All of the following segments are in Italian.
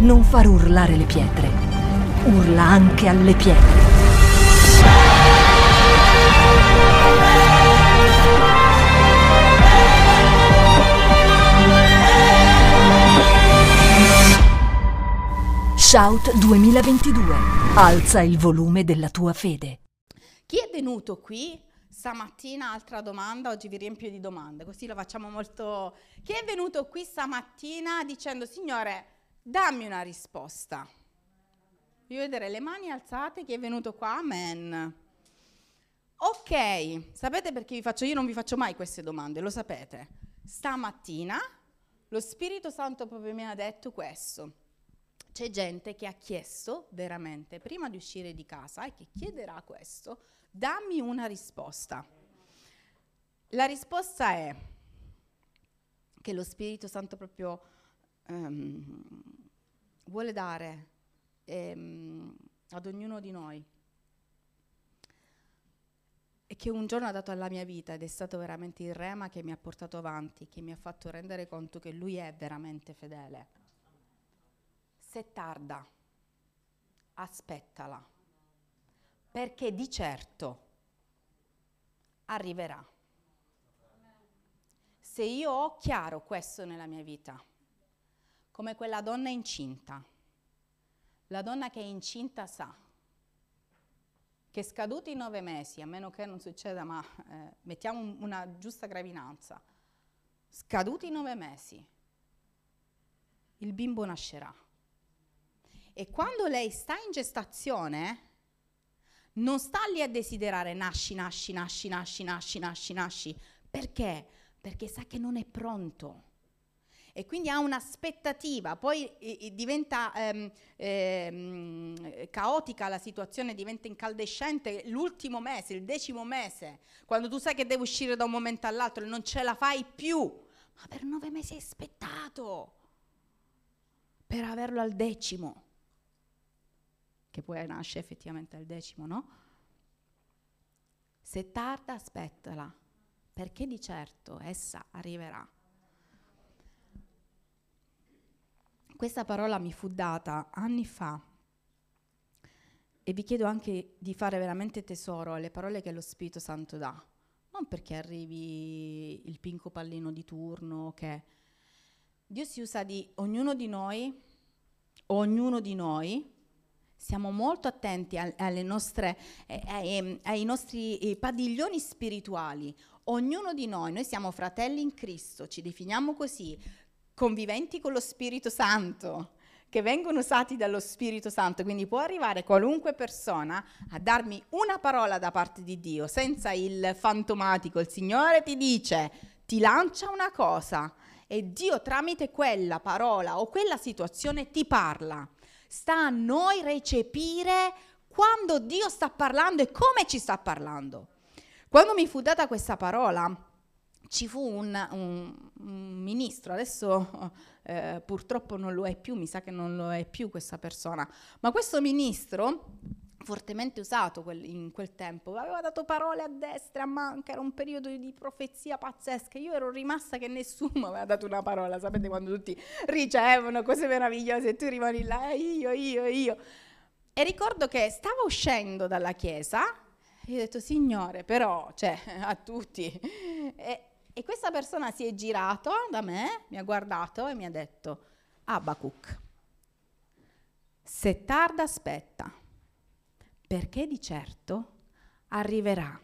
non far urlare le pietre. Urla anche alle pietre. Shout 2022. Alza il volume della tua fede. Chi è venuto qui stamattina? Altra domanda, oggi vi riempio di domande, così lo facciamo molto... Chi è venuto qui stamattina dicendo: Signore, dammi una risposta? Voglio vedere le mani alzate, chi è venuto qua? Amen. Ok, sapete perché vi faccio? Io non vi faccio mai queste domande, lo sapete. Stamattina lo Spirito Santo proprio mi ha detto questo. C'è gente che ha chiesto veramente, prima di uscire di casa, e che chiederà questo: dammi una risposta. La risposta è che lo Spirito Santo proprio vuole dare ad ognuno di noi, e che un giorno ha dato alla mia vita, ed è stato veramente il rema che mi ha portato avanti, che mi ha fatto rendere conto che Lui è veramente fedele. Se tarda, aspettala, perché di certo arriverà. Se io ho chiaro questo nella mia vita, come quella donna incinta, la donna che è incinta sa che scaduti i 9 mesi, a meno che non succeda, ma mettiamo una giusta gravidanza, scaduti i 9 mesi, il bimbo nascerà. E quando lei sta in gestazione, non sta lì a desiderare nasci. Perché? Perché sa che non è pronto. E quindi ha un'aspettativa, poi diventa caotica la situazione, diventa incandescente l'ultimo mese, il 10° mese, quando tu sai che devi uscire da un momento all'altro e non ce la fai più. Ma per 9 mesi hai aspettato per averlo al 10°. Che poi nasce effettivamente al 10°, no? Se tarda, aspettala, perché di certo essa arriverà. Questa parola mi fu data anni fa, e vi chiedo anche di fare veramente tesoro alle parole che lo Spirito Santo dà. Non perché arrivi il pinco pallino di turno, che Dio si usa di ognuno di noi, siamo molto attenti alle nostre, ai nostri padiglioni spirituali. Ognuno di noi siamo fratelli in Cristo, ci definiamo così, conviventi con lo Spirito Santo, che vengono usati dallo Spirito Santo. Quindi può arrivare qualunque persona a darmi una parola da parte di Dio, senza il fantomatico. Il Signore ti dice, ti lancia una cosa, e Dio tramite quella parola o quella situazione ti parla. Sta a noi recepire quando Dio sta parlando e come ci sta parlando. Quando mi fu data questa parola, ci fu un ministro, adesso purtroppo non lo è più, mi sa che non lo è più questa persona, ma questo ministro, fortemente usato in quel tempo, aveva dato parole a destra e a manca, era un periodo di profezia pazzesca. Io ero rimasta che nessuno aveva dato una parola, sapete quando tutti ricevono cose meravigliose e tu rimani là, io. E ricordo che stavo uscendo dalla chiesa e io ho detto: Signore, però, a tutti. E questa persona si è girato da me, mi ha guardato e mi ha detto: Abacuc, se tarda aspetta, perché di certo arriverà.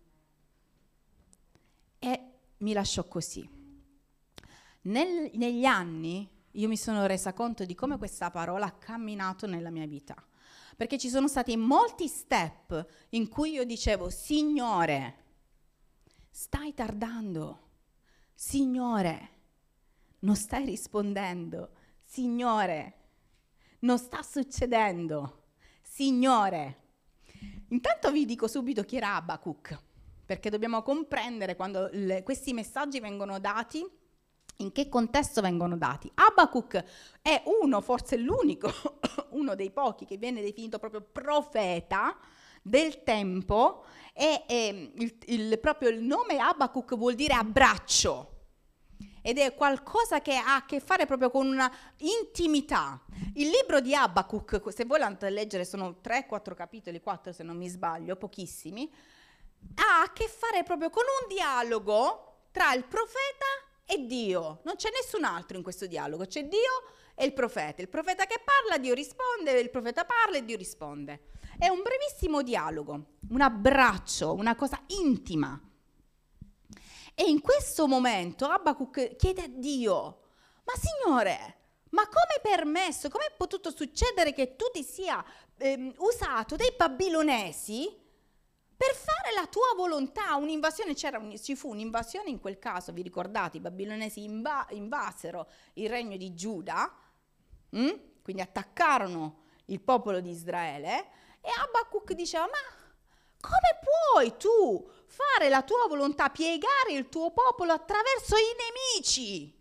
E mi lasciò così. Negli anni io mi sono resa conto di come questa parola ha camminato nella mia vita, perché ci sono stati molti step in cui io dicevo: Signore, stai tardando, Signore, non stai rispondendo, Signore, non sta succedendo, Signore. Intanto vi dico subito chi era Abacuc, perché dobbiamo comprendere quando questi messaggi vengono dati, in che contesto vengono dati. Abacuc è forse l'unico, uno dei pochi che viene definito proprio profeta del tempo, e proprio il nome Abacuc vuol dire abbraccio, ed è qualcosa che ha a che fare proprio con una intimità. Il libro di Abacuc, se voi andate a leggere, sono 3-4 capitoli, 4 se non mi sbaglio, pochissimi, ha a che fare proprio con un dialogo tra il profeta e Dio. Non c'è nessun altro in questo dialogo, c'è Dio e il profeta. Il profeta che parla, Dio risponde, il profeta parla e Dio risponde. È un brevissimo dialogo, un abbraccio, una cosa intima. E in questo momento Abacuc chiede a Dio: ma Signore, ma come è permesso, come è potuto succedere che tu ti sia usato dei babilonesi per fare la tua volontà? Un'invasione, ci fu un'invasione in quel caso, vi ricordate? I babilonesi invasero il regno di Giuda, quindi attaccarono il popolo di Israele, e Abacuc diceva: ma come puoi tu fare la tua volontà, piegare il tuo popolo attraverso i nemici?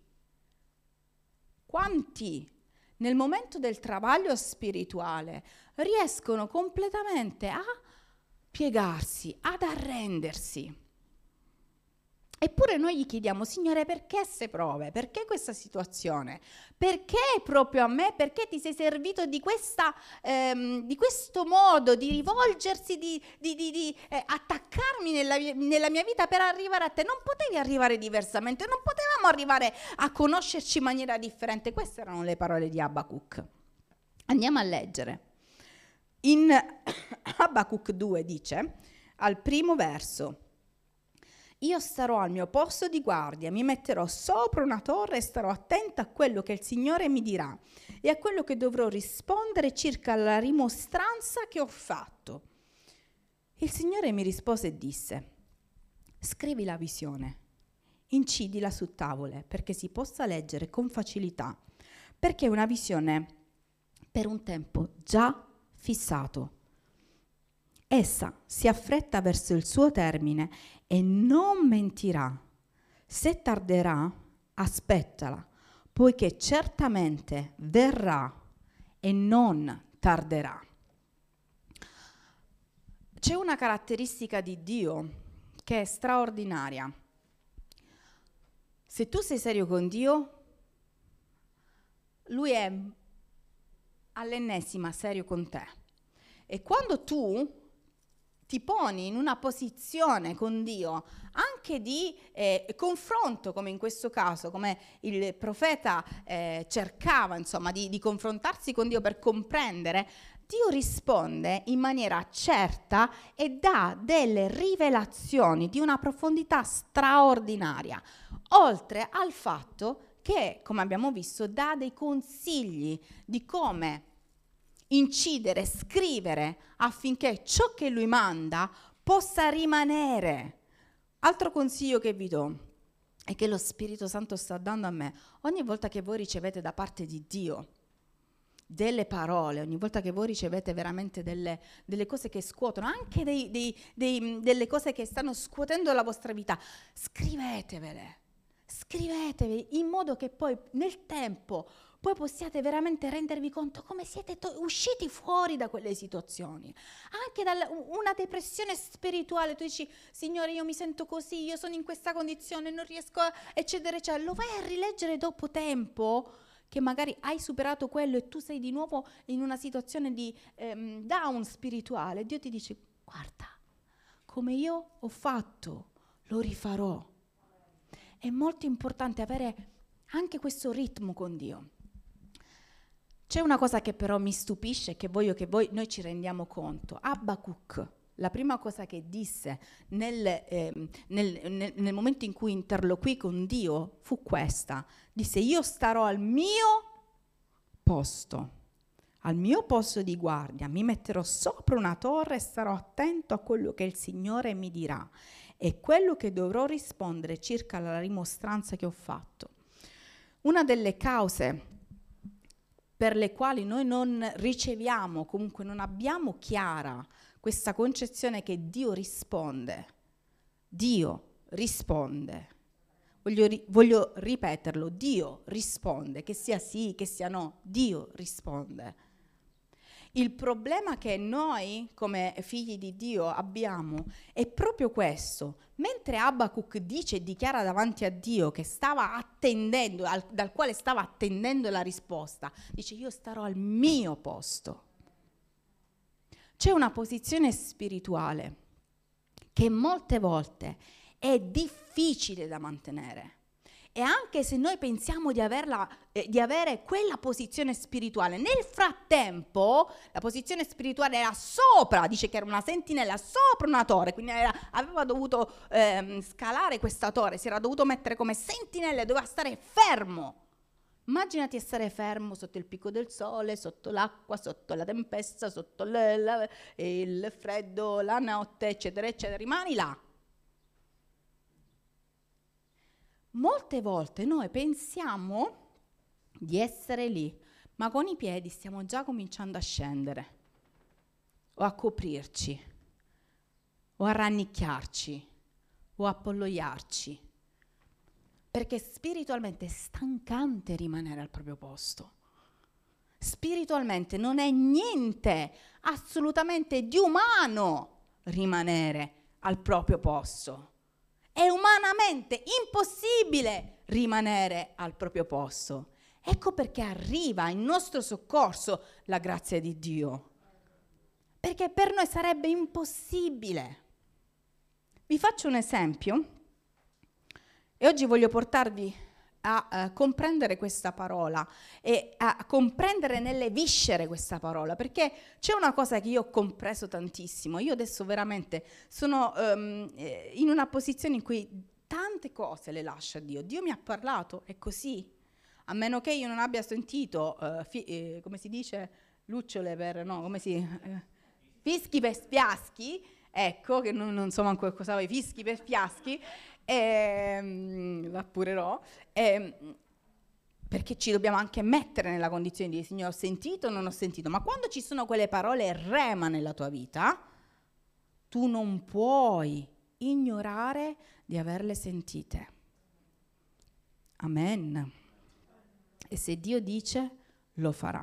Quanti nel momento del travaglio spirituale riescono completamente a piegarsi, ad arrendersi? Eppure noi gli chiediamo: Signore, perché queste prove? Perché questa situazione? Perché proprio a me? Perché ti sei servito di questo modo di rivolgersi, di attaccarmi nella mia vita per arrivare a te? Non potevi arrivare diversamente, non potevamo arrivare a conoscerci in maniera differente. Queste erano le parole di Abacuc. Andiamo a leggere. In Abacuc 2 dice, al primo verso: io starò al mio posto di guardia, mi metterò sopra una torre e starò attenta a quello che il Signore mi dirà e a quello che dovrò rispondere circa la rimostranza che ho fatto. Il Signore mi rispose e disse: scrivi la visione, incidila su tavole perché si possa leggere con facilità, perché è una visione per un tempo già fissato. Essa si affretta verso il suo termine e non mentirà. Se tarderà, aspettala, poiché certamente verrà e non tarderà. C'è una caratteristica di Dio che è straordinaria. Se tu sei serio con Dio, Lui è all'ennesima serio con te. E quando tu ti poni in una posizione con Dio, anche di confronto, come in questo caso, come il profeta cercava, insomma, di confrontarsi con Dio per comprendere, Dio risponde in maniera certa e dà delle rivelazioni di una profondità straordinaria, oltre al fatto che, come abbiamo visto, dà dei consigli di come incidere, scrivere affinché ciò che Lui manda possa rimanere. Altro consiglio che vi do è che lo Spirito Santo sta dando a me: ogni volta che voi ricevete da parte di Dio delle parole, ogni volta che voi ricevete veramente delle cose che scuotono, anche delle cose che stanno scuotendo la vostra vita, scrivetevele in modo che poi nel tempo poi possiate veramente rendervi conto come siete usciti fuori da quelle situazioni, anche da una depressione spirituale. Tu dici: Signore, io mi sento così, io sono in questa condizione, non riesco a eccetera eccetera. Lo vai a rileggere dopo tempo che magari hai superato quello e tu sei di nuovo in una situazione di down spirituale. Dio ti dice: guarda, come io ho fatto, lo rifarò. È molto importante avere anche questo ritmo con Dio. C'è una cosa che però mi stupisce e che voglio che noi ci rendiamo conto. Abacuc, la prima cosa che disse nel momento in cui interloquì con Dio fu questa. Disse: io starò al mio posto di guardia, mi metterò sopra una torre e starò attento a quello che il Signore mi dirà e quello che dovrò rispondere circa la rimostranza che ho fatto. Una delle cause per le quali noi non riceviamo, comunque non abbiamo chiara questa concezione che Dio risponde. Dio risponde. Voglio ripeterlo: Dio risponde, che sia sì, che sia no, Dio risponde. Il problema che noi come figli di Dio abbiamo è proprio questo. Mentre Abacuc dice e dichiara davanti a Dio che stava attendendo, dal quale stava attendendo la risposta, dice: io starò al mio posto. C'è una posizione spirituale che molte volte è difficile da mantenere. E anche se noi pensiamo di avere quella posizione spirituale, nel frattempo la posizione spirituale era sopra, dice che era una sentinella sopra una torre, quindi aveva dovuto scalare questa torre, si era dovuto mettere come sentinella e doveva stare fermo. Immaginati stare fermo sotto il picco del sole, sotto l'acqua, sotto la tempesta, sotto il freddo, la notte, eccetera, eccetera, rimani là. Molte volte noi pensiamo di essere lì, ma con i piedi stiamo già cominciando a scendere, o a coprirci, o a rannicchiarci, o a appollaiarci, perché spiritualmente è stancante rimanere al proprio posto. Spiritualmente non è niente, assolutamente di umano rimanere al proprio posto. È umanamente impossibile rimanere al proprio posto. Ecco perché arriva in nostro soccorso la grazia di Dio. Perché per noi sarebbe impossibile. Vi faccio un esempio e oggi voglio portarvi a comprendere questa parola e a comprendere nelle viscere questa parola, perché c'è una cosa che io ho compreso tantissimo. Io adesso veramente sono in una posizione in cui tante cose le lascio a Dio. Dio mi ha parlato, è così, a meno che io non abbia sentito come si dice, lucciole per, no, come si fischi per spiaschi, ecco, che non so manco cosa vuoi, fischi per fiaschi, l'appurerò, perché ci dobbiamo anche mettere nella condizione di dire: Signore, ho sentito o non ho sentito? Ma quando ci sono quelle parole rema nella tua vita, tu non puoi ignorare di averle sentite. Amen. E se Dio dice, lo farà.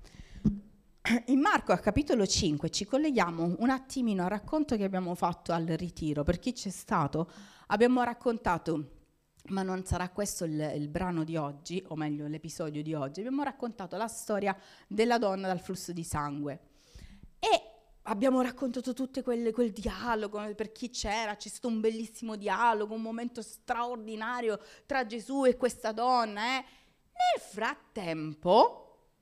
In Marco, al capitolo 5, ci colleghiamo un attimino al racconto che abbiamo fatto al ritiro. Per chi c'è stato, abbiamo raccontato, ma non sarà questo il brano di oggi, o meglio l'episodio di oggi, abbiamo raccontato la storia della donna dal flusso di sangue. E abbiamo raccontato tutto quel dialogo, per chi c'è stato un bellissimo dialogo, un momento straordinario tra Gesù e questa donna. Nel frattempo,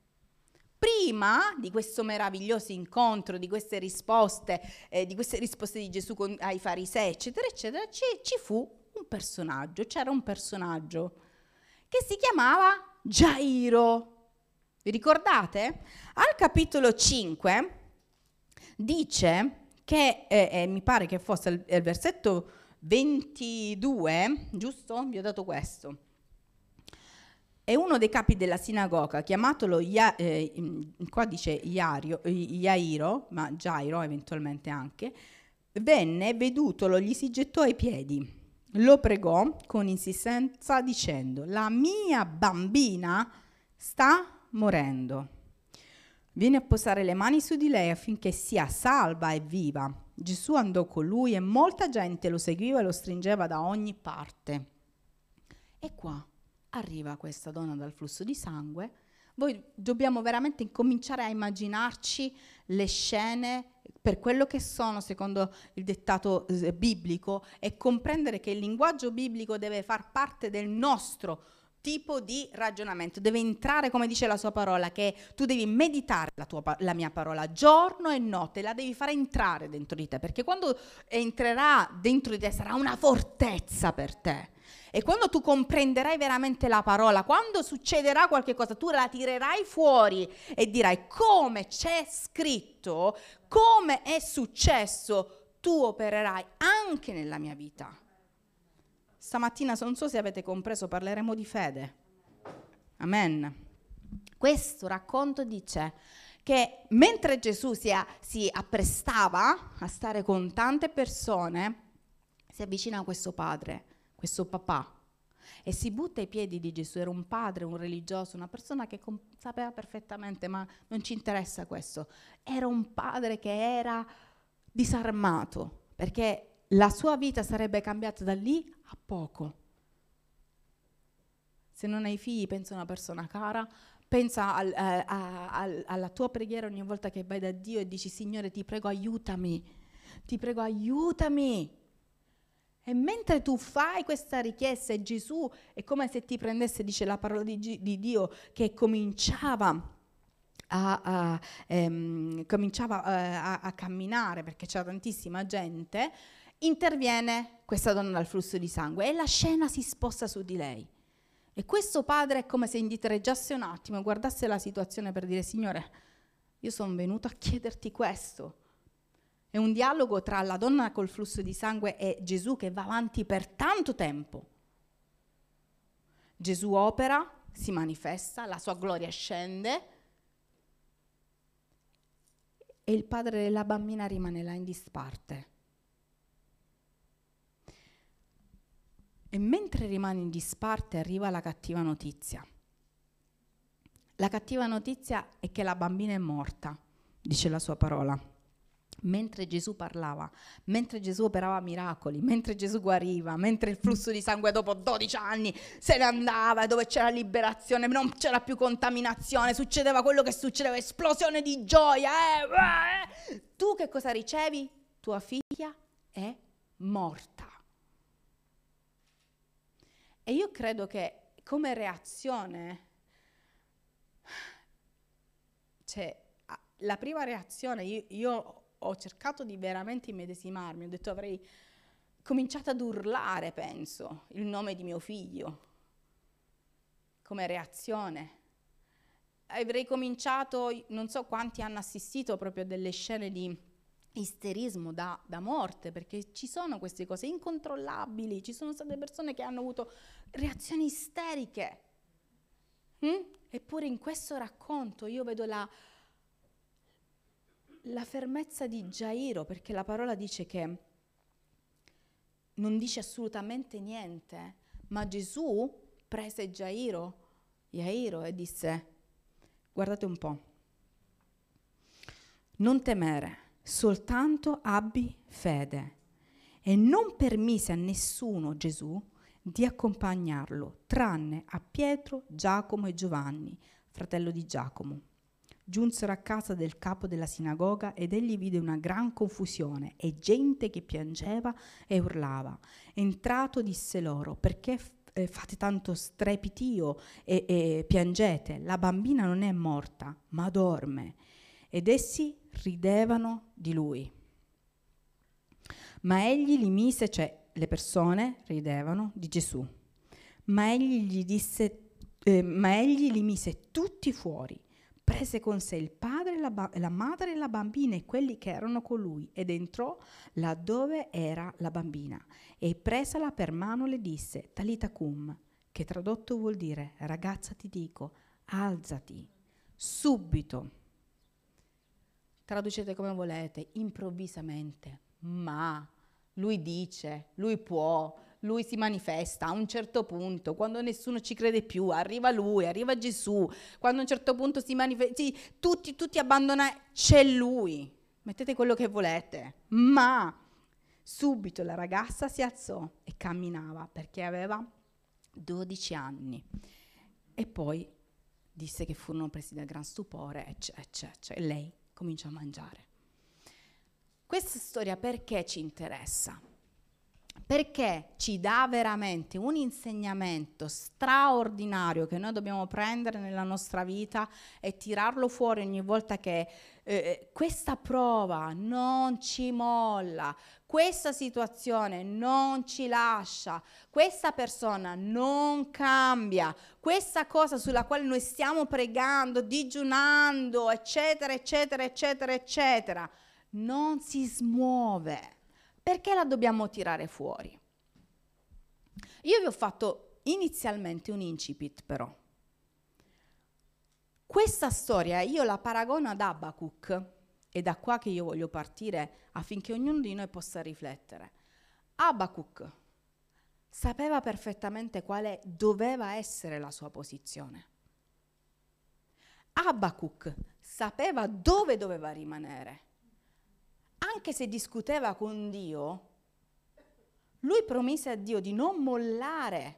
prima di questo meraviglioso incontro, di queste risposte di Gesù ai farisei, eccetera, eccetera, ci fu un personaggio, c'era un personaggio che si chiamava Gairo. Vi ricordate? Al capitolo 5 dice che, mi pare che fosse il versetto 22, giusto? Vi ho dato questo. E uno dei capi della sinagoga, chiamatolo qua dice Jairo, ma Gairo eventualmente anche, venne, vedutolo, gli si gettò ai piedi, lo pregò con insistenza dicendo: la mia bambina sta morendo. Vieni a posare le mani su di lei affinché sia salva e viva. Gesù andò con lui e molta gente lo seguiva e lo stringeva da ogni parte. E qua arriva questa donna dal flusso di sangue. Voi dobbiamo veramente incominciare a immaginarci le scene per quello che sono secondo il dettato biblico e comprendere che il linguaggio biblico deve far parte del nostro tipo di ragionamento, deve entrare, come dice la sua parola, che tu devi meditare la mia parola giorno e notte, la devi fare entrare dentro di te, perché quando entrerà dentro di te sarà una fortezza per te. E quando tu comprenderai veramente la parola, quando succederà qualche cosa, tu la tirerai fuori e dirai: come c'è scritto, come è successo, tu opererai anche nella mia vita. Stamattina, non so se avete compreso, parleremo di fede. Amen. Questo racconto dice che mentre Gesù si apprestava a stare con tante persone, si avvicina a questo padre, questo papà, e si butta ai piedi di Gesù. Era un padre, un religioso, una persona che sapeva perfettamente, ma non ci interessa questo. Era un padre che era disarmato, perché la sua vita sarebbe cambiata da lì a poco. Se non hai figli, pensa a una persona cara, pensa alla tua preghiera ogni volta che vai da Dio e dici: Signore, ti prego aiutami, ti prego aiutami. E mentre tu fai questa richiesta, e Gesù è come se ti prendesse, dice la parola di Dio, che cominciava a camminare, perché c'era tantissima gente, interviene questa donna dal flusso di sangue e la scena si sposta su di lei. E questo padre è come se indietreggiasse un attimo e guardasse la situazione per dire: Signore, io sono venuto a chiederti questo. È un dialogo tra la donna col flusso di sangue e Gesù che va avanti per tanto tempo. Gesù opera, si manifesta, la sua gloria scende e il padre della bambina rimane là in disparte. E mentre rimane in disparte arriva la cattiva notizia. La cattiva notizia è che la bambina è morta, dice la sua parola. Mentre Gesù parlava, mentre Gesù operava miracoli, mentre Gesù guariva, mentre il flusso di sangue dopo 12 anni se ne andava, dove c'era liberazione, non c'era più contaminazione, succedeva quello che succedeva, esplosione di gioia. Tu che cosa ricevi? Tua figlia è morta. E io credo che come reazione, cioè la prima reazione, io ho cercato di veramente immedesimarmi, ho detto avrei cominciato ad urlare, penso, il nome di mio figlio, come reazione. Avrei cominciato, non so quanti hanno assistito proprio a delle scene di isterismo da morte, perché ci sono queste cose incontrollabili, ci sono state persone che hanno avuto reazioni isteriche. Eppure in questo racconto io vedo la fermezza di Gairo, perché la parola dice che non dice assolutamente niente, ma Gesù prese Gairo e disse: guardate un po', non temere, soltanto abbi fede. E non permise a nessuno, Gesù, di accompagnarlo, tranne a Pietro, Giacomo e Giovanni, fratello di Giacomo. Giunsero a casa del capo della sinagoga ed egli vide una gran confusione e gente che piangeva e urlava. Entrato disse loro: perché fate tanto strepitio e piangete? La bambina non è morta, ma dorme. Ed essi ridevano di lui. Ma egli li mise, cioè le persone ridevano di Gesù. Ma egli li mise tutti fuori. Prese con sé il padre, la madre e la bambina e quelli che erano con lui, ed entrò laddove era la bambina, e presala per mano le disse: Talita cum, che tradotto vuol dire: ragazza, ti dico, alzati. Subito, traducete come volete, improvvisamente, ma lui dice, lui può, lui si manifesta a un certo punto, quando nessuno ci crede più, arriva lui, arriva Gesù, quando a un certo punto si manifesta, sì, tutti abbandonano, c'è lui, mettete quello che volete, ma subito la ragazza si alzò e camminava perché aveva 12 anni e poi disse che furono presi da gran stupore e lei cominciò a mangiare. Questa storia perché ci interessa? Perché ci dà veramente un insegnamento straordinario che noi dobbiamo prendere nella nostra vita e tirarlo fuori ogni volta che questa prova non ci molla, questa situazione non ci lascia, questa persona non cambia, questa cosa sulla quale noi stiamo pregando, digiunando, eccetera, eccetera, eccetera, eccetera, non si smuove. Perché la dobbiamo tirare fuori? Io vi ho fatto inizialmente un incipit, però. Questa storia io la paragono ad Abacuc, è da qua che io voglio partire affinché ognuno di noi possa riflettere. Abacuc sapeva perfettamente quale doveva essere la sua posizione. Abacuc sapeva dove doveva rimanere. Anche se discuteva con Dio, lui promise a Dio di non mollare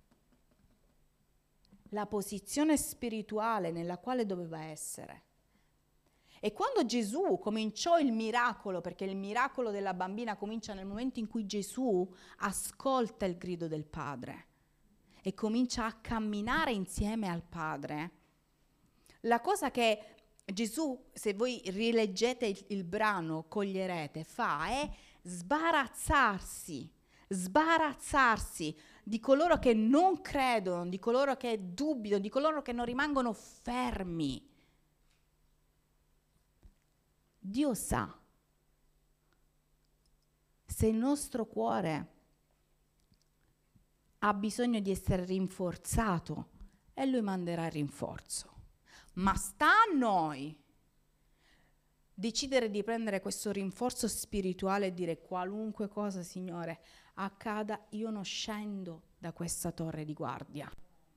la posizione spirituale nella quale doveva essere. E quando Gesù cominciò il miracolo, perché il miracolo della bambina comincia nel momento in cui Gesù ascolta il grido del Padre e comincia a camminare insieme al Padre, la cosa che Gesù, se voi rileggete il brano, coglierete, fa è sbarazzarsi di coloro che non credono, di coloro che dubitano, di coloro che non rimangono fermi. Dio sa se il nostro cuore ha bisogno di essere rinforzato e Lui manderà il rinforzo. Ma sta a noi decidere di prendere questo rinforzo spirituale e dire: qualunque cosa, Signore, accada, io non scendo da questa torre di guardia.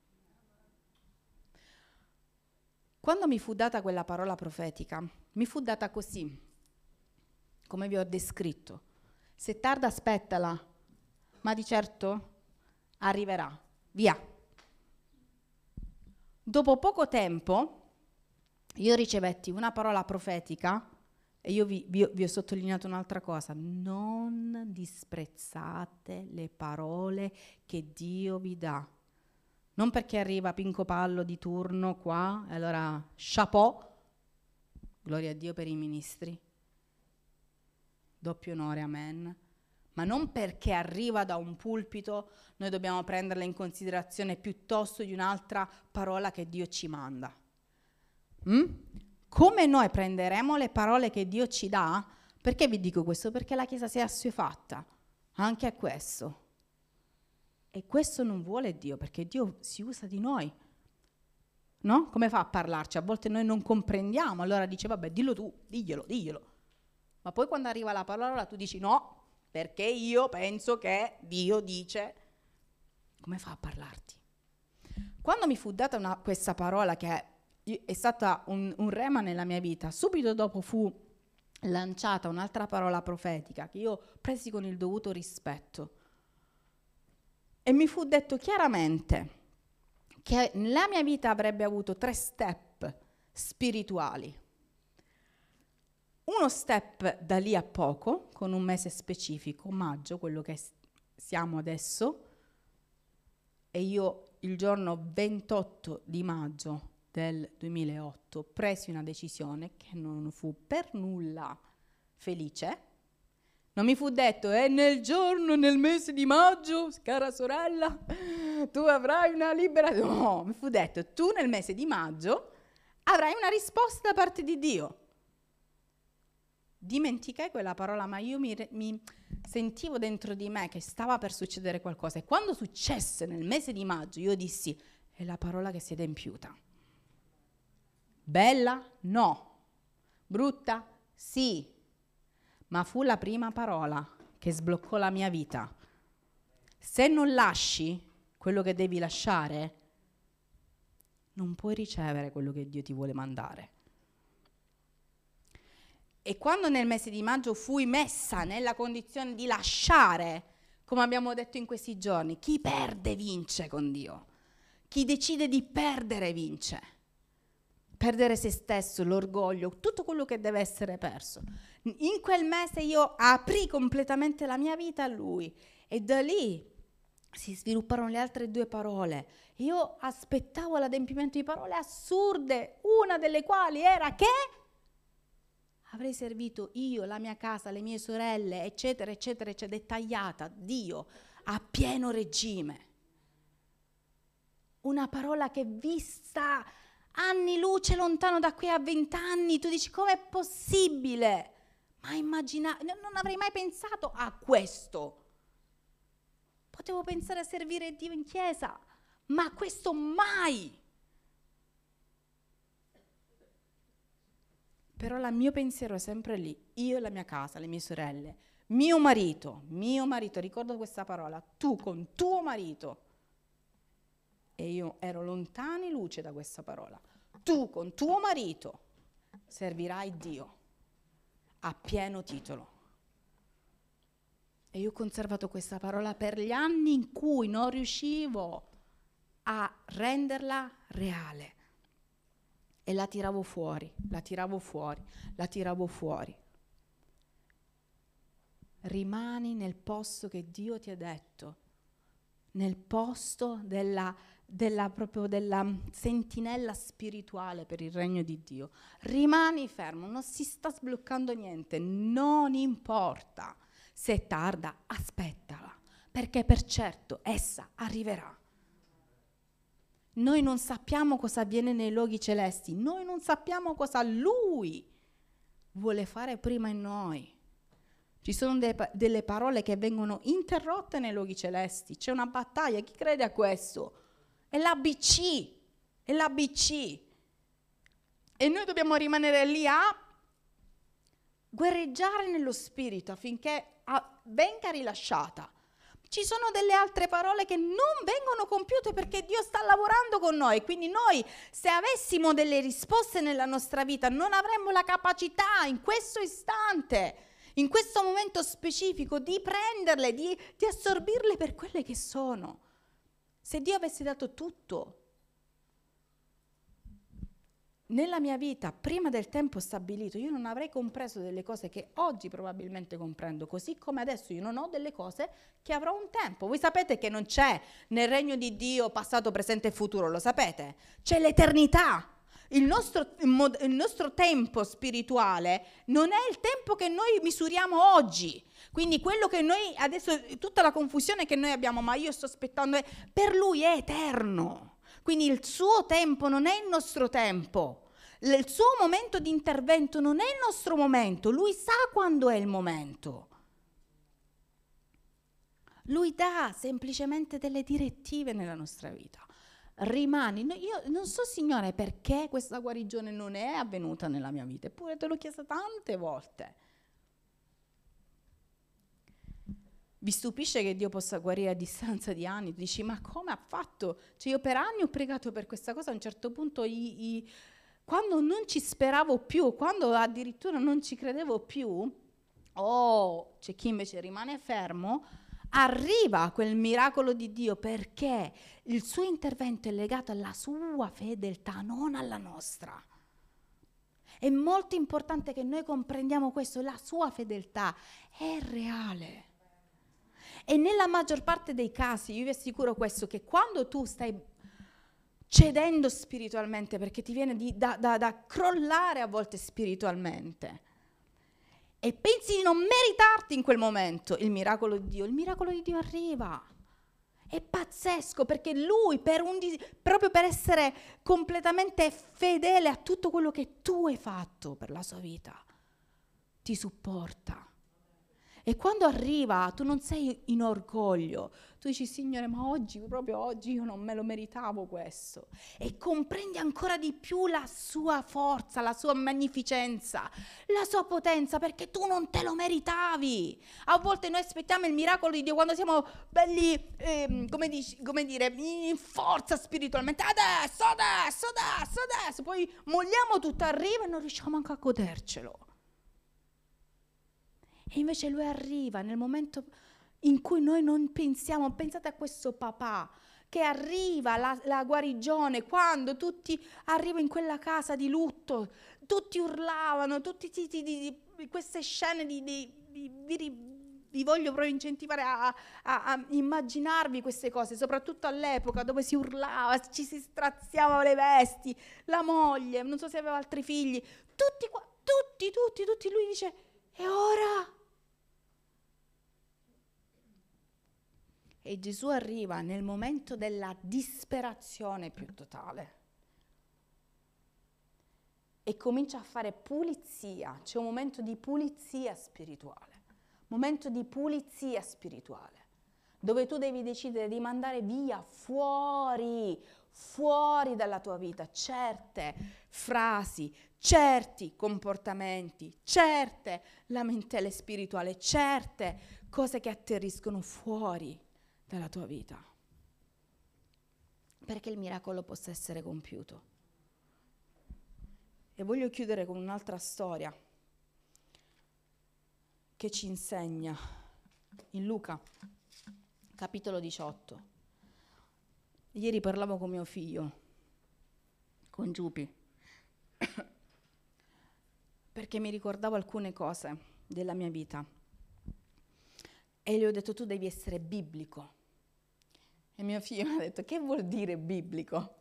Quando mi fu data quella parola profetica, mi fu data così, come vi ho descritto. Se tarda, aspettala, ma di certo arriverà. Via. Dopo poco tempo io ricevetti una parola profetica e io vi ho sottolineato un'altra cosa: non disprezzate le parole che Dio vi dà. Non perché arriva Pinco Pallo di turno qua, e allora chapeau, gloria a Dio per i ministri, doppio onore, amen. Ma non perché arriva da un pulpito noi dobbiamo prenderla in considerazione piuttosto di un'altra parola che Dio ci manda. Come noi prenderemo le parole che Dio ci dà? Perché vi dico questo? Perché la Chiesa si è assuefatta anche a questo. E questo non vuole Dio, perché Dio si usa di noi. No? Come fa a parlarci? A volte noi non comprendiamo, allora dice: vabbè, dillo tu, diglielo. Ma poi quando arriva la parola tu dici: no, perché io penso che Dio dice. Come fa a parlarti? Quando mi fu data questa parola, che è stata un rema nella mia vita, subito dopo fu lanciata un'altra parola profetica che io presi con il dovuto rispetto. E mi fu detto chiaramente che la mia vita avrebbe avuto 3 step spirituali. Uno step da lì a poco, con un mese specifico, maggio, quello che siamo adesso, e io il giorno 28 di maggio del 2008 presi una decisione che non fu per nulla felice. Non mi fu detto: nel mese di maggio, cara sorella, tu avrai una libera... No, mi fu detto: tu nel mese di maggio avrai una risposta da parte di Dio. Dimenticai quella parola, ma io mi sentivo dentro di me che stava per succedere qualcosa. E quando successe nel mese di maggio, io dissi: è la parola che si è adempiuta. Bella? No. Brutta? Sì. Ma fu la prima parola che sbloccò la mia vita. Se non lasci quello che devi lasciare, non puoi ricevere quello che Dio ti vuole mandare. E quando nel mese di maggio fui messa nella condizione di lasciare, come abbiamo detto in questi giorni, chi perde vince con Dio. Chi decide di perdere vince. Perdere se stesso, l'orgoglio, tutto quello che deve essere perso. In quel mese io aprì completamente la mia vita a Lui e da lì si svilupparono le altre 2 parole. Io aspettavo l'adempimento di parole assurde, una delle quali era che avrei servito io, la mia casa, le mie sorelle, eccetera, eccetera, eccetera, dettagliata, Dio, a pieno regime. Una parola che vista anni luce lontano da qui a 20 anni, tu dici: com'è possibile? Ma non avrei mai pensato a questo. Potevo pensare a servire Dio in chiesa, ma questo mai. Però il mio pensiero è sempre lì, io e la mia casa, le mie sorelle. mio marito, ricordo questa parola, tu con tuo marito, e io ero lontani luce da questa parola, tu con tuo marito servirai Dio a pieno titolo. E io ho conservato questa parola per gli anni in cui non riuscivo a renderla reale. E la tiravo fuori. Rimani nel posto che Dio ti ha detto, nel posto proprio della sentinella spirituale per il regno di Dio. Rimani fermo, non si sta sbloccando niente, non importa. Se tarda, aspettala, perché per certo essa arriverà. Noi non sappiamo cosa avviene nei luoghi celesti, noi non sappiamo cosa Lui vuole fare prima in noi. Ci sono delle parole che vengono interrotte nei luoghi celesti, c'è una battaglia, chi crede a questo? È l'ABC. E noi dobbiamo rimanere lì a guerreggiare nello spirito affinché venga rilasciata. Ci sono delle altre parole che non vengono compiute perché Dio sta lavorando con noi, quindi noi se avessimo delle risposte nella nostra vita non avremmo la capacità in questo istante, in questo momento specifico, di prenderle, di assorbirle per quelle che sono. Se Dio avesse dato tutto nella mia vita, prima del tempo stabilito, io non avrei compreso delle cose che oggi probabilmente comprendo, così come adesso io non ho delle cose che avrò un tempo. Voi sapete che non c'è nel regno di Dio passato, presente e futuro, lo sapete? C'è l'eternità. Il nostro tempo spirituale non è il tempo che noi misuriamo oggi. Quindi quello che noi adesso, tutta la confusione che noi abbiamo, ma io sto aspettando, per Lui è eterno. Quindi il suo tempo non è il nostro tempo. Il suo momento di intervento non è il nostro momento. Lui sa quando è il momento. Lui dà semplicemente delle direttive nella nostra vita. Rimani. Io non so, Signore, perché questa guarigione non è avvenuta nella mia vita. Eppure te l'ho chiesto tante volte. Vi stupisce che Dio possa guarire a distanza di anni? Tu dici, ma come ha fatto? Cioè io per anni ho pregato per questa cosa, a un certo punto quando non ci speravo più, quando addirittura non ci credevo più, c'è chi invece rimane fermo, arriva quel miracolo di Dio perché il suo intervento è legato alla sua fedeltà, non alla nostra. È molto importante che noi comprendiamo questo, la sua fedeltà è reale. E nella maggior parte dei casi, io vi assicuro questo, che quando tu stai cedendo spiritualmente, perché ti viene da crollare a volte spiritualmente, e pensi di non meritarti in quel momento il miracolo di Dio arriva. È pazzesco, perché Lui, proprio per essere completamente fedele a tutto quello che tu hai fatto per la sua vita, ti supporta. E quando arriva, tu non sei in orgoglio, tu dici, Signore, ma proprio oggi io non me lo meritavo questo. E comprendi ancora di più la sua forza, la sua magnificenza, la sua potenza, perché tu non te lo meritavi. A volte noi aspettiamo il miracolo di Dio quando siamo belli, come dire, in forza spiritualmente. Adesso, poi molliamo tutto, arriva e non riusciamo anche a godercelo. E invece Lui arriva nel momento in cui noi non pensiamo. Pensate a questo papà che arriva la guarigione, quando tutti arrivano in quella casa di lutto, tutti urlavano, tutti queste scene vi voglio proprio incentivare a immaginarvi queste cose, soprattutto all'epoca dove si urlava, ci si straziava le vesti, la moglie, non so se aveva altri figli, tutti, lui dice, e ora? E Gesù arriva nel momento della disperazione più totale e comincia a fare pulizia. C'è un momento di pulizia spirituale, dove tu devi decidere di mandare via, fuori fuori dalla tua vita certe frasi, certi comportamenti, certe lamentele spirituali, certe cose che atterriscono fuori dalla tua vita, perché il miracolo possa essere compiuto. E voglio chiudere con un'altra storia che ci insegna in Luca, capitolo 18. Ieri parlavo con mio figlio, con Giupi, perché mi ricordavo alcune cose della mia vita. E gli ho detto, tu devi essere biblico. E mio figlio mi ha detto, che vuol dire biblico?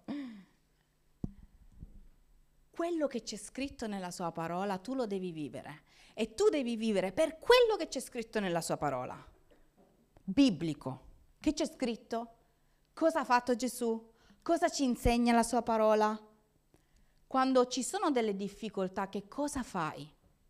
Quello che c'è scritto nella sua parola, tu lo devi vivere. E tu devi vivere per quello che c'è scritto nella sua parola. Biblico. Che c'è scritto? Cosa ha fatto Gesù? Cosa ci insegna la sua parola? Quando ci sono delle difficoltà, che cosa fai?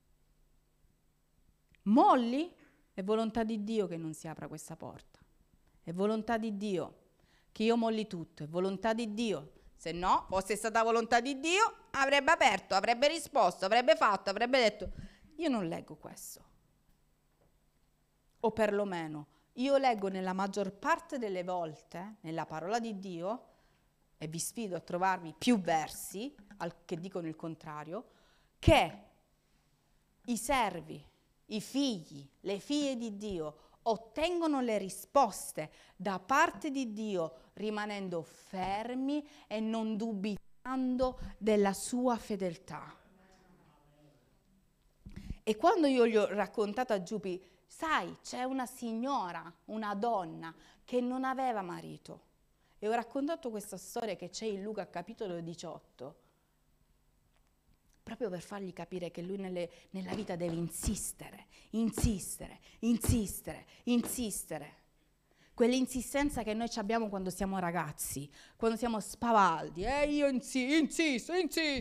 Molli? È volontà di Dio che non si apra questa porta. È volontà di Dio che io molli tutto. È volontà di Dio. Se no, fosse stata volontà di Dio, avrebbe aperto, avrebbe risposto, avrebbe fatto, avrebbe detto. Io non leggo questo. O perlomeno, io leggo nella maggior parte delle volte, nella parola di Dio, e vi sfido a trovarmi più versi che dicono il contrario, che i servi, i figli, le figlie di Dio ottengono le risposte da parte di Dio rimanendo fermi e non dubitando della sua fedeltà. E quando io gli ho raccontato a Giupi, sai, c'è una signora, una donna che non aveva marito, e ho raccontato questa storia che c'è in Luca capitolo 18, proprio per fargli capire che lui nella vita deve insistere. Quell'insistenza che noi abbiamo quando siamo ragazzi, quando siamo spavaldi. Io insisto.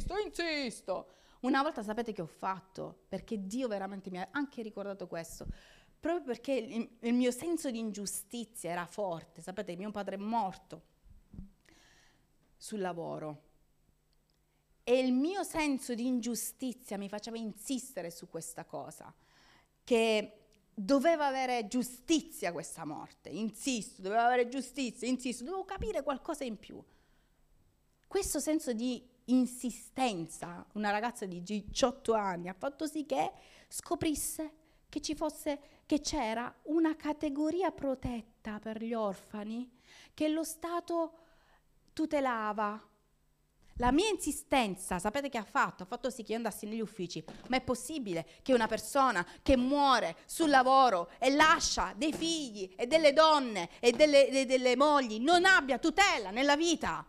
Una volta sapete che ho fatto? Perché Dio veramente mi ha anche ricordato questo. Proprio perché il mio senso di ingiustizia era forte. Sapete, mio padre è morto sul lavoro. E il mio senso di ingiustizia mi faceva insistere su questa cosa, che doveva avere giustizia questa morte, doveva avere giustizia, dovevo capire qualcosa in più. Questo senso di insistenza, una ragazza di 18 anni, ha fatto sì che scoprisse che c'era una categoria protetta per gli orfani, che lo Stato tutelava. La mia insistenza, sapete che ha fatto? Ha fatto sì che io andassi negli uffici. Ma è possibile che una persona che muore sul lavoro e lascia dei figli e delle donne e delle mogli non abbia tutela nella vita?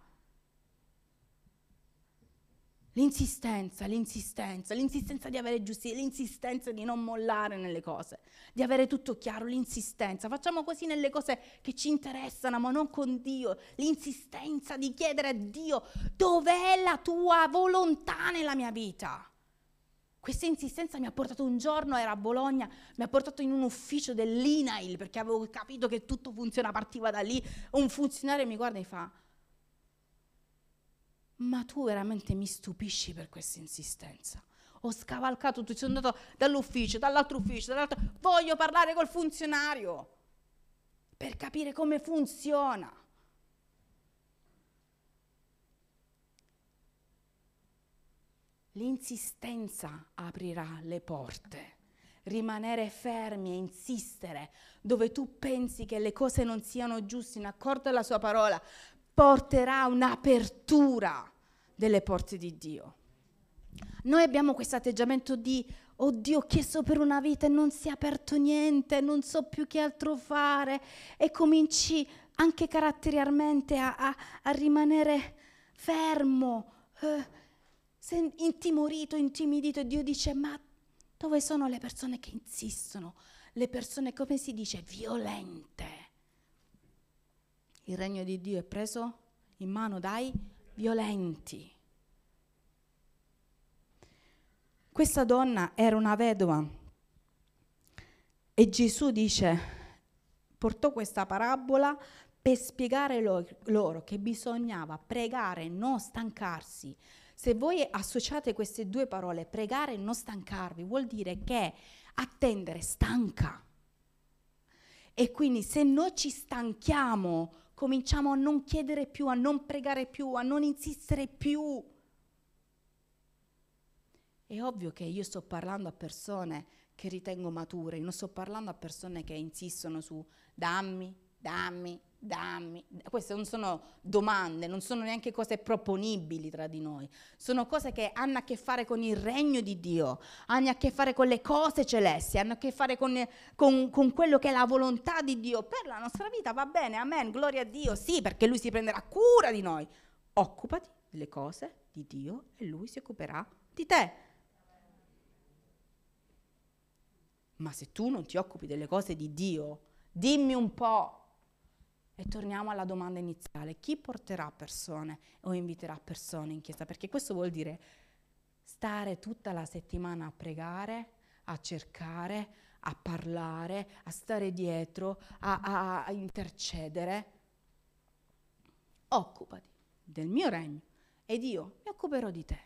L'insistenza di avere giustizia, l'insistenza di non mollare nelle cose, di avere tutto chiaro, l'insistenza. Facciamo così nelle cose che ci interessano, ma non con Dio. L'insistenza di chiedere a Dio, dov'è la tua volontà nella mia vita? Questa insistenza mi ha portato un giorno, ero a Bologna, mi ha portato in un ufficio dell'INAIL, perché avevo capito che tutto funziona, partiva da lì. Un funzionario mi guarda e mi fa: ma tu veramente mi stupisci per questa insistenza. Ho scavalcato tutto, sono andato dall'ufficio, dall'altro ufficio, voglio parlare col funzionario per capire come funziona. L'insistenza aprirà le porte. Rimanere fermi e insistere dove tu pensi che le cose non siano giuste in accordo alla sua parola porterà un'apertura delle porte di Dio. Noi abbiamo questo atteggiamento di oddio, ho chiesto per una vita e non si è aperto niente, non so più che altro fare, e cominci anche caratterialmente a rimanere fermo, intimorito, intimidito, e Dio dice: ma dove sono le persone che insistono? Le persone, come si dice, violente. Il regno di Dio è preso in mano dai violenti. Questa donna era una vedova e Gesù dice, portò questa parabola per spiegare loro che bisognava pregare e non stancarsi. Se voi associate queste due parole, pregare e non stancarvi, vuol dire che attendere stanca. E quindi se noi ci stanchiamo, cominciamo a non chiedere più, a non pregare più, a non insistere più. È ovvio che io sto parlando a persone che ritengo mature, non sto parlando a persone che insistono su dammi. Queste non sono domande, non sono neanche cose proponibili tra di noi, sono cose che hanno a che fare con il regno di Dio, hanno a che fare con le cose celesti, hanno a che fare con quello che è la volontà di Dio per la nostra vita. Va bene, amen, gloria a Dio, sì, perché Lui si prenderà cura di noi. Occupati delle cose di Dio e Lui si occuperà di te. Ma se tu non ti occupi delle cose di Dio, dimmi un po'. E torniamo alla domanda iniziale: chi porterà persone o inviterà persone in chiesa? Perché questo vuol dire stare tutta la settimana a pregare, a cercare, a parlare, a stare dietro, a intercedere. Occupati del mio regno ed io mi occuperò di te.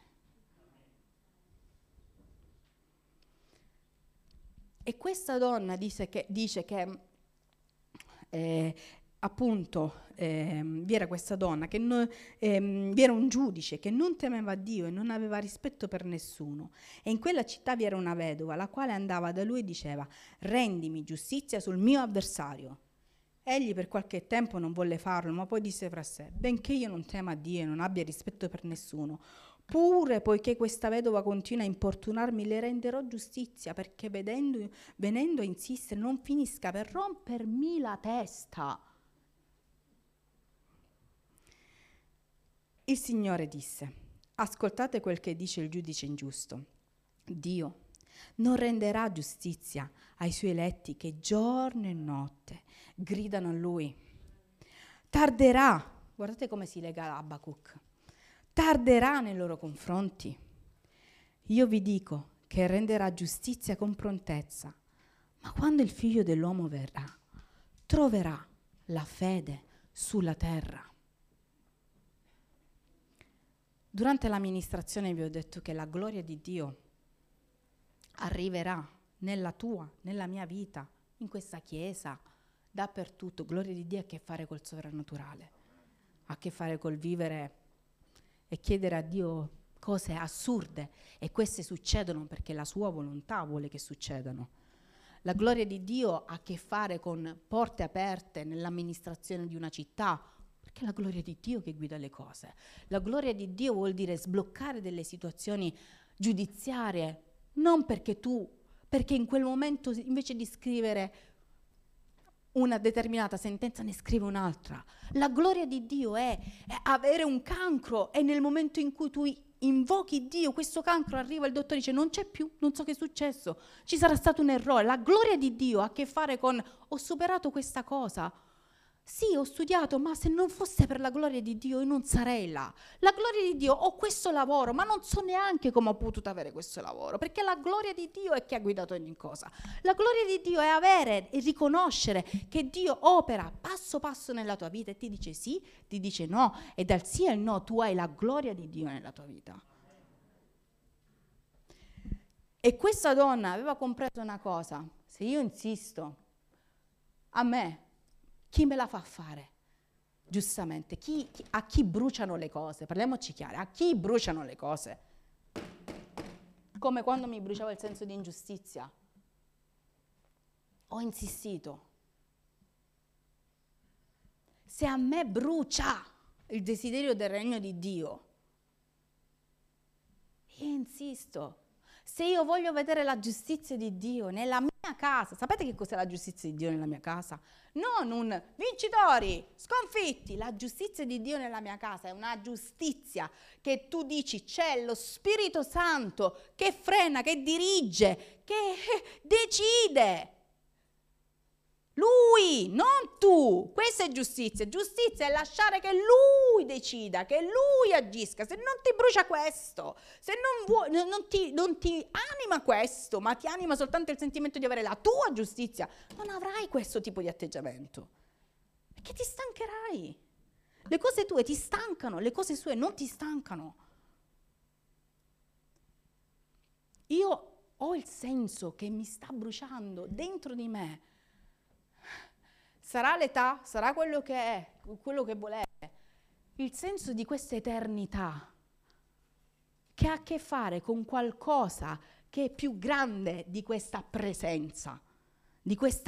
E questa donna dice che appunto vi era questa donna, vi era un giudice che non temeva Dio e non aveva rispetto per nessuno. E in quella città vi era una vedova, la quale andava da lui e diceva: rendimi giustizia sul mio avversario. Egli per qualche tempo non volle farlo, ma poi disse fra sé: benché io non tema Dio e non abbia rispetto per nessuno, pure poiché questa vedova continua a importunarmi, le renderò giustizia, perché venendo a insistere non finisca per rompermi la testa. Il Signore disse: ascoltate quel che dice il giudice ingiusto. Dio non renderà giustizia ai suoi eletti che giorno e notte gridano a Lui. Tarderà, guardate come si lega Abacuc, tarderà nei loro confronti. Io vi dico che renderà giustizia con prontezza, ma quando il Figlio dell'uomo verrà, troverà la fede sulla terra. Durante l'amministrazione vi ho detto che la gloria di Dio arriverà nella tua, nella mia vita, in questa chiesa, dappertutto. Gloria di Dio ha a che fare col sovrannaturale, ha a che fare col vivere e chiedere a Dio cose assurde, e queste succedono perché la sua volontà vuole che succedano. La gloria di Dio ha a che fare con porte aperte nell'amministrazione di una città, perché è la gloria di Dio che guida le cose. La gloria di Dio vuol dire sbloccare delle situazioni giudiziarie, non perché in quel momento invece di scrivere una determinata sentenza ne scrive un'altra. La gloria di Dio è avere un cancro e nel momento in cui tu invochi Dio, questo cancro arriva, il dottore dice non c'è più, non so che è successo, ci sarà stato un errore. La gloria di Dio ha a che fare con ho superato questa cosa. Sì, ho studiato, ma se non fosse per la gloria di Dio io non sarei là. La gloria di Dio, ho questo lavoro, ma non so neanche come ho potuto avere questo lavoro, perché la gloria di Dio è che ha guidato ogni cosa. La gloria di Dio è avere e riconoscere che Dio opera passo passo nella tua vita e ti dice sì, ti dice no, e dal sì al no tu hai la gloria di Dio nella tua vita. E questa donna aveva compreso una cosa: se io insisto, a me chi me la fa fare? Giustamente, a chi bruciano le cose? Parliamoci chiaro, a chi bruciano le cose? Come quando mi bruciava il senso di ingiustizia. Ho insistito. Se a me brucia il desiderio del regno di Dio, io insisto. Se io voglio vedere la giustizia di Dio nella mia casa, sapete che cos'è la giustizia di Dio nella mia casa? Non un vincitori, sconfitti. La giustizia di Dio nella mia casa è una giustizia che tu dici c'è lo Spirito Santo che frena, che dirige, che decide. Lui, non tu. Questa è giustizia. Giustizia è lasciare che Lui decida, che Lui agisca. Se non ti brucia questo, se non ti anima questo, ma ti anima soltanto il sentimento di avere la tua giustizia, non avrai questo tipo di atteggiamento. che ti stancherai. Le cose tue ti stancano, le cose sue non ti stancano. Io ho il senso che mi sta bruciando dentro di me. Sarà l'età, sarà quello che è, quello che volete. Il senso di questa eternità che ha a che fare con qualcosa che è più grande di questa presenza, di questo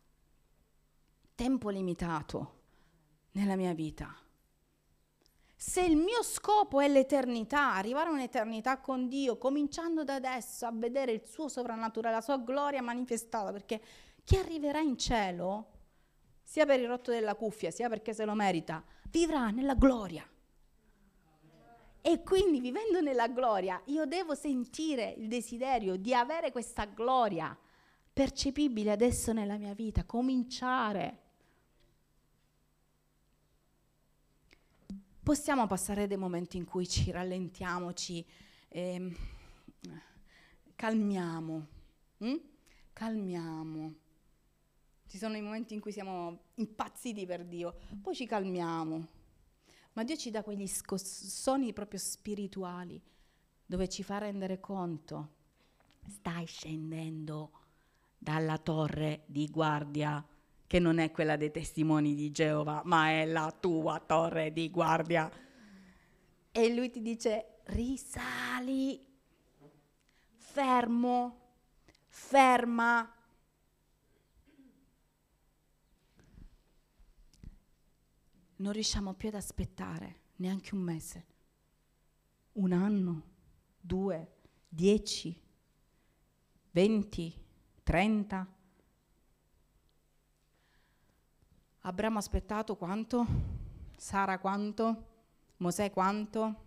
tempo limitato nella mia vita. Se il mio scopo è l'eternità, arrivare a un'eternità con Dio, cominciando da adesso a vedere il suo sovrannaturale, la sua gloria manifestata, perché chi arriverà in cielo, sia per il rotto della cuffia, sia perché se lo merita, vivrà nella gloria. E quindi vivendo nella gloria, io devo sentire il desiderio di avere questa gloria percepibile adesso nella mia vita, cominciare. Possiamo passare dei momenti in cui ci rallentiamo, ci calmiamo. Calmiamo. Ci sono i momenti in cui siamo impazziti per Dio, poi ci calmiamo. Ma Dio ci dà quegli scossoni proprio spirituali, dove ci fa rendere conto, stai scendendo dalla torre di guardia, che non è quella dei testimoni di Geova, ma è la tua torre di guardia. E lui ti dice, risali, fermo, ferma. Non riusciamo più ad aspettare neanche un mese, un anno, 2, 10, 20, 30. Abramo ha aspettato quanto? Sara quanto? Mosè quanto?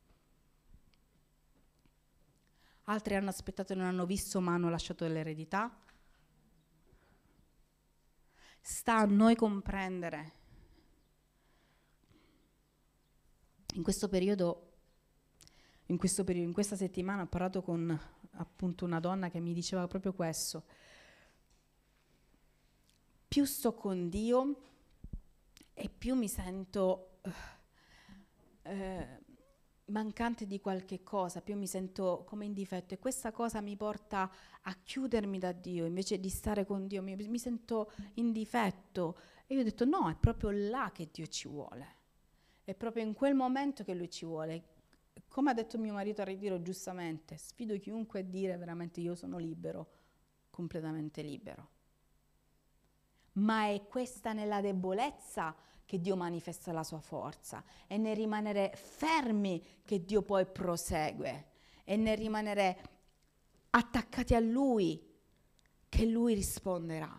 Altri hanno aspettato e non hanno visto, ma hanno lasciato l'eredità. Sta a noi comprendere. In questa settimana ho parlato con appunto una donna che mi diceva proprio questo. Più sto con Dio e più mi sento mancante di qualche cosa, più mi sento come in difetto, e questa cosa mi porta a chiudermi da Dio, invece di stare con Dio mi sento in difetto. E io ho detto no, è proprio là che Dio ci vuole. È proprio in quel momento che Lui ci vuole. Come ha detto mio marito al ritiro giustamente, sfido chiunque a dire veramente io sono libero, completamente libero. Ma è questa nella debolezza che Dio manifesta la sua forza, è nel rimanere fermi che Dio poi prosegue, è nel rimanere attaccati a Lui che Lui risponderà.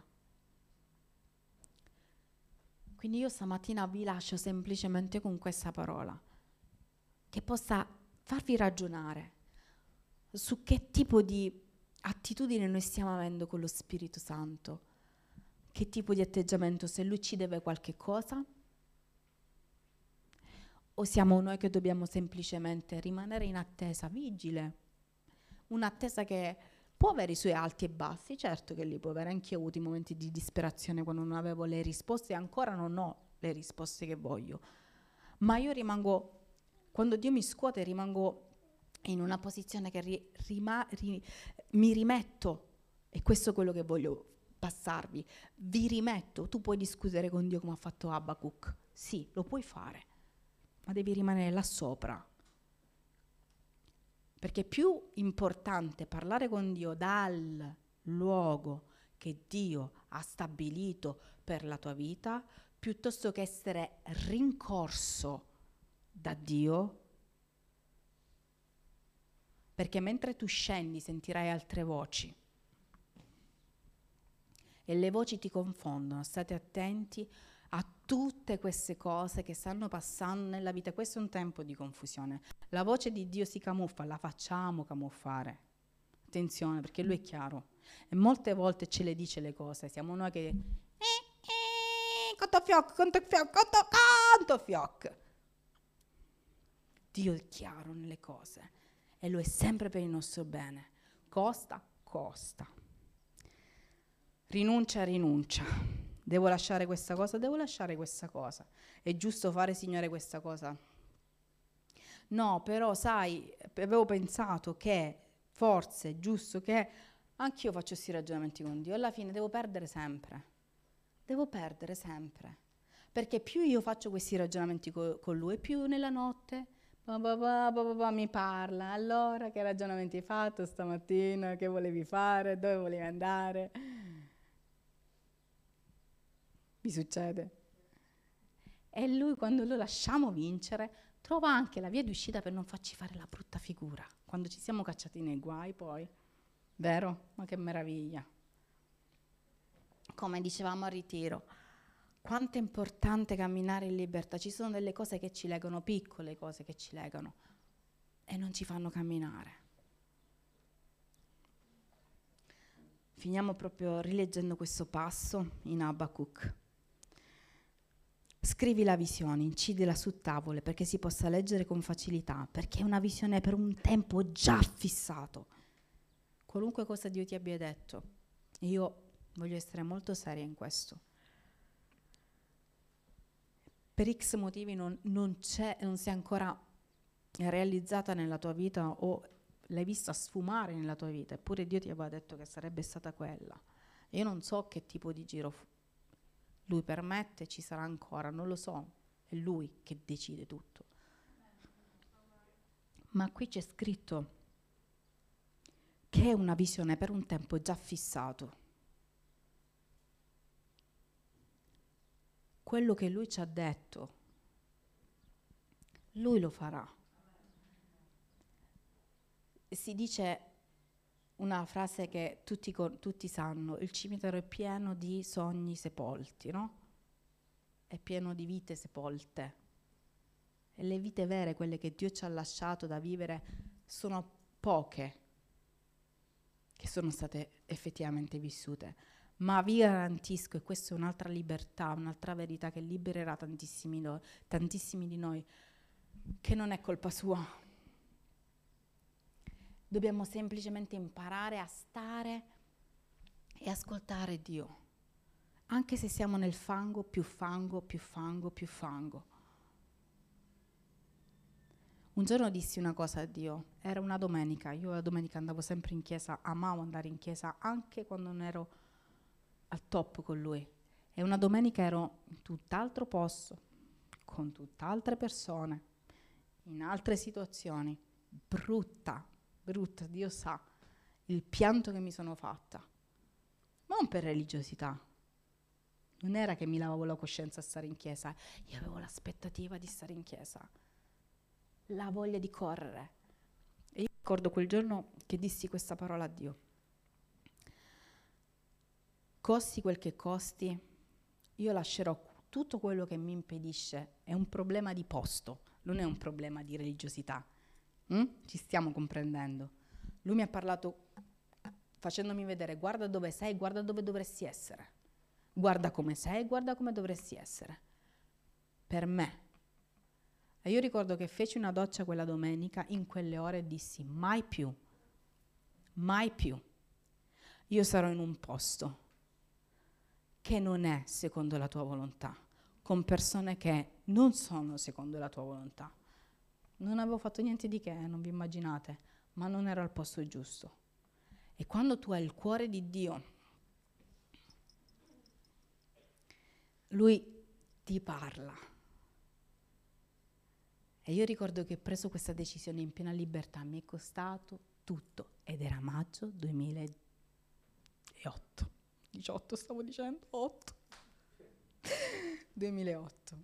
Quindi io stamattina vi lascio semplicemente con questa parola, che possa farvi ragionare su che tipo di attitudine noi stiamo avendo con lo Spirito Santo, che tipo di atteggiamento, se Lui ci deve qualche cosa, o siamo noi che dobbiamo semplicemente rimanere in attesa, vigile, un'attesa che può avere i suoi alti e bassi, certo che li può avere. Anch'io ho avuto i momenti di disperazione quando non avevo le risposte, e ancora non ho le risposte che voglio, ma io rimango, quando Dio mi scuote, rimango in una posizione che mi rimetto, e questo è quello che voglio passarvi, vi rimetto. Tu puoi discutere con Dio come ha fatto Abacuc, sì, lo puoi fare, ma devi rimanere là sopra. Perché è più importante parlare con Dio dal luogo che Dio ha stabilito per la tua vita, piuttosto che essere rincorso da Dio, perché mentre tu scendi sentirai altre voci e le voci ti confondono. State attenti a tutte queste cose che stanno passando nella vita. Questo è un tempo di confusione. La voce di Dio si camuffa, la facciamo camuffare. Attenzione, perché Lui è chiaro e molte volte ce le dice le cose. Siamo noi che conto fioc. Dio è chiaro nelle cose e Lui è sempre per il nostro bene. Costa. Rinuncia. Devo lasciare questa cosa, devo lasciare questa cosa. È giusto fare, Signore, questa cosa? No, però sai, avevo pensato che forse è giusto che anch'io faccio questi ragionamenti con Dio. Alla fine devo perdere sempre. Devo perdere sempre. Perché più io faccio questi ragionamenti con Lui, più nella notte mi parla. Allora, che ragionamenti hai fatto stamattina? Che volevi fare? Dove volevi andare? Mi succede. E Lui, quando lo lasciamo vincere, trova anche la via di uscita per non farci fare la brutta figura. Quando ci siamo cacciati nei guai poi. Vero? Ma che meraviglia. Come dicevamo al ritiro, quanto è importante camminare in libertà. Ci sono delle cose che ci legano, piccole cose che ci legano, e non ci fanno camminare. Finiamo proprio rileggendo questo passo in Abacuc. Scrivi la visione, incidila su tavole perché si possa leggere con facilità, perché è una visione per un tempo già fissato. Qualunque cosa Dio ti abbia detto, io voglio essere molto seria in questo. Per X motivi non si è ancora realizzata nella tua vita o l'hai vista sfumare nella tua vita, eppure Dio ti aveva detto che sarebbe stata quella. Io non so che tipo di giro Lui permette, ci sarà ancora, non lo so, è Lui che decide tutto. Ma qui c'è scritto che è una visione per un tempo già fissato. Quello che Lui ci ha detto, Lui lo farà. Si dice una frase che tutti sanno: il cimitero è pieno di sogni sepolti, no? È pieno di vite sepolte. E le vite vere, quelle che Dio ci ha lasciato da vivere, sono poche che sono state effettivamente vissute. Ma vi garantisco, e questa è un'altra libertà, un'altra verità che libererà tantissimi di noi, che non è colpa sua. Dobbiamo semplicemente imparare a stare e ascoltare Dio, anche se siamo nel fango, più fango, più fango, più fango. Un giorno dissi una cosa a Dio, era una domenica, io la domenica andavo sempre in chiesa, amavo andare in chiesa anche quando non ero al top con Lui. E una domenica ero in tutt'altro posto, con tutt'altre persone, in altre situazioni, brutta, Dio sa il pianto che mi sono fatta, ma non per religiosità, non era che mi lavavo la coscienza a stare in chiesa, io avevo l'aspettativa di stare in chiesa, la voglia di correre. E io ricordo quel giorno che dissi questa parola a Dio: costi quel che costi, io lascerò tutto quello che mi impedisce. È un problema di posto, non è un problema di religiosità. Ci stiamo comprendendo? Lui mi ha parlato facendomi vedere: guarda dove sei, guarda dove dovresti essere, guarda come sei, guarda come dovresti essere per me. E io ricordo che feci una doccia quella domenica, in quelle ore, e dissi: mai più, io sarò in un posto che non è secondo la tua volontà, con persone che non sono secondo la tua volontà. Non avevo fatto niente di che, non vi immaginate, ma non ero al posto giusto. E quando tu hai il cuore di Dio, Lui ti parla. E io ricordo che ho preso questa decisione in piena libertà, mi è costato tutto, ed era maggio 2008. 18 stavo dicendo, 8. 2008.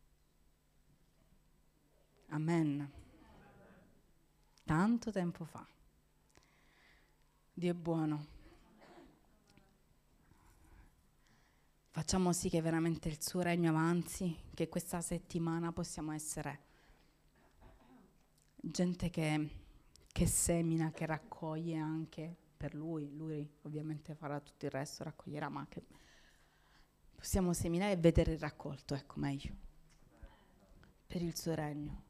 Amen. Tanto tempo fa. Dio è buono. Facciamo sì che veramente il suo regno avanzi, che questa settimana possiamo essere gente che semina, che raccoglie anche per Lui. Lui ovviamente farà tutto il resto, raccoglierà, ma che possiamo seminare e vedere il raccolto, ecco, meglio, per il suo regno.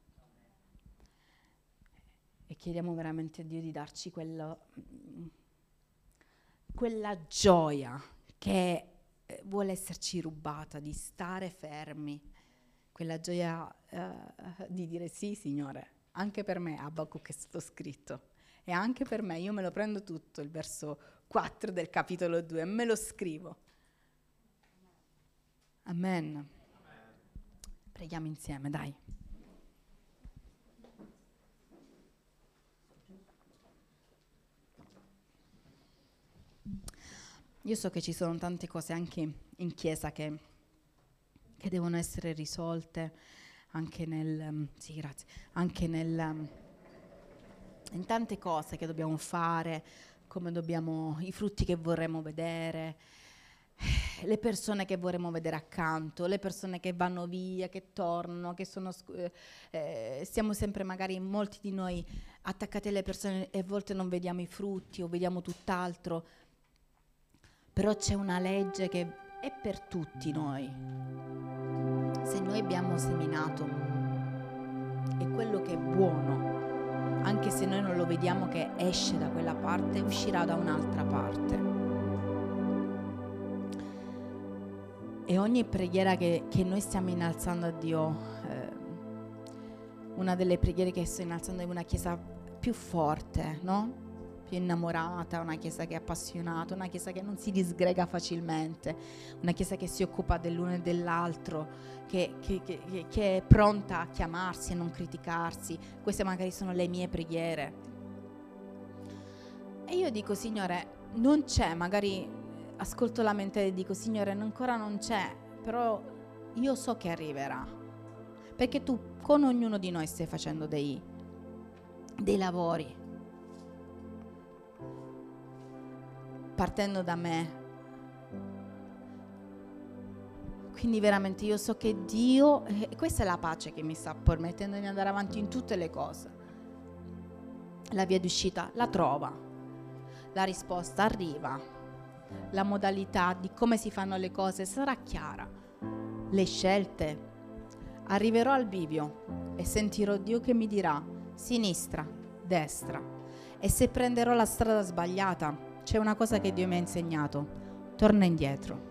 E chiediamo veramente a Dio di darci quella gioia che vuole esserci rubata, di stare fermi, quella gioia di dire sì, Signore, anche per me Abacuc è stato scritto, e anche per me, io me lo prendo tutto, il verso 4 del capitolo 2, e me lo scrivo. Amen. Preghiamo insieme, dai. Io so che ci sono tante cose anche in chiesa che devono essere risolte, anche sì, grazie, anche in tante cose che dobbiamo fare, i frutti che vorremmo vedere, le persone che vorremmo vedere accanto, le persone che vanno via, che tornano, che stiamo sempre magari molti di noi attaccati alle persone e a volte non vediamo i frutti o vediamo tutt'altro. Però c'è una legge che è per tutti noi. Se noi abbiamo seminato, e quello che è buono, anche se noi non lo vediamo che esce da quella parte, uscirà da un'altra parte. E ogni preghiera che noi stiamo innalzando a Dio, una delle preghiere che sto innalzando è una chiesa più forte, no? Più innamorata, una chiesa che è appassionata, una chiesa che non si disgrega facilmente, una chiesa che si occupa dell'uno e dell'altro, che è pronta a chiamarsi e non criticarsi. Queste magari sono le mie preghiere. E io dico, Signore, non c'è, magari ascolto la mente e dico, Signore, ancora non c'è, però io so che arriverà, perché tu con ognuno di noi stai facendo dei lavori, partendo da me. Quindi veramente io so che Dio, questa è la pace che mi sta permettendo di andare avanti in tutte le cose. La via d'uscita la trova, la risposta arriva, la modalità di come si fanno le cose sarà chiara, le scelte. Arriverò al bivio e sentirò Dio che mi dirà sinistra, destra, e se prenderò la strada sbagliata, c'è una cosa che Dio mi ha insegnato: torna indietro.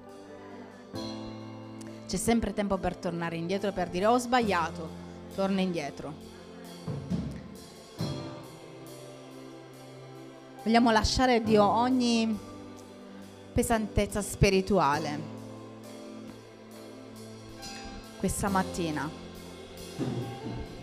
C'è sempre tempo per tornare indietro, per dire ho sbagliato, torna indietro. Vogliamo lasciare a Dio ogni pesantezza spirituale questa mattina.